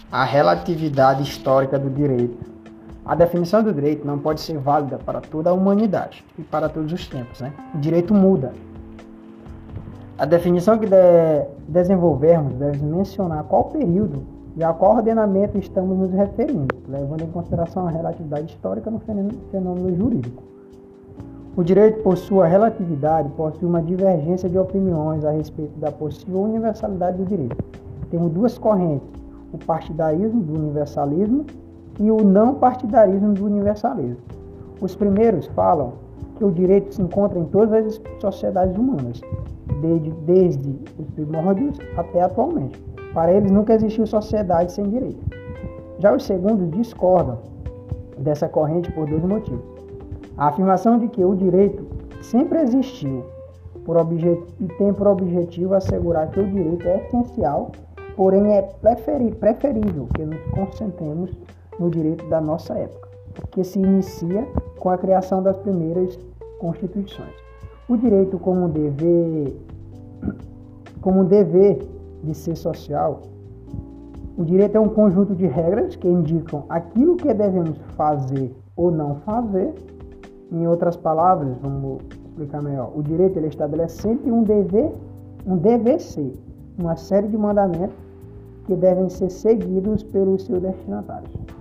A relatividade histórica do direito. A definição do direito não pode ser válida para toda a humanidade e para todos os tempos, né? O direito muda. A definição que desenvolvermos deve mencionar qual período e a qual ordenamento estamos nos referindo, levando em consideração a relatividade histórica no fenômeno jurídico. O direito, por sua relatividade, possui uma divergência de opiniões a respeito da possível universalidade do direito. Temos duas correntes, o partidarismo do universalismo e o não partidarismo do universalismo. Os primeiros falam que o direito se encontra em todas as sociedades humanas, desde os primórdios até atualmente. Para eles nunca existiu sociedade sem direito. Já os segundos discordam dessa corrente por dois motivos. A afirmação de que o direito sempre existiu e tem por objetivo assegurar que o direito é essencial, porém é preferível que nos concentremos no direito da nossa época, que se inicia com a criação das primeiras constituições. O direito como dever de ser social. O direito é um conjunto de regras que indicam aquilo que devemos fazer ou não fazer. Em outras palavras, vamos explicar melhor. O direito ele estabelece sempre um dever ser, uma série de mandamentos que devem ser seguidos pelos seus destinatários.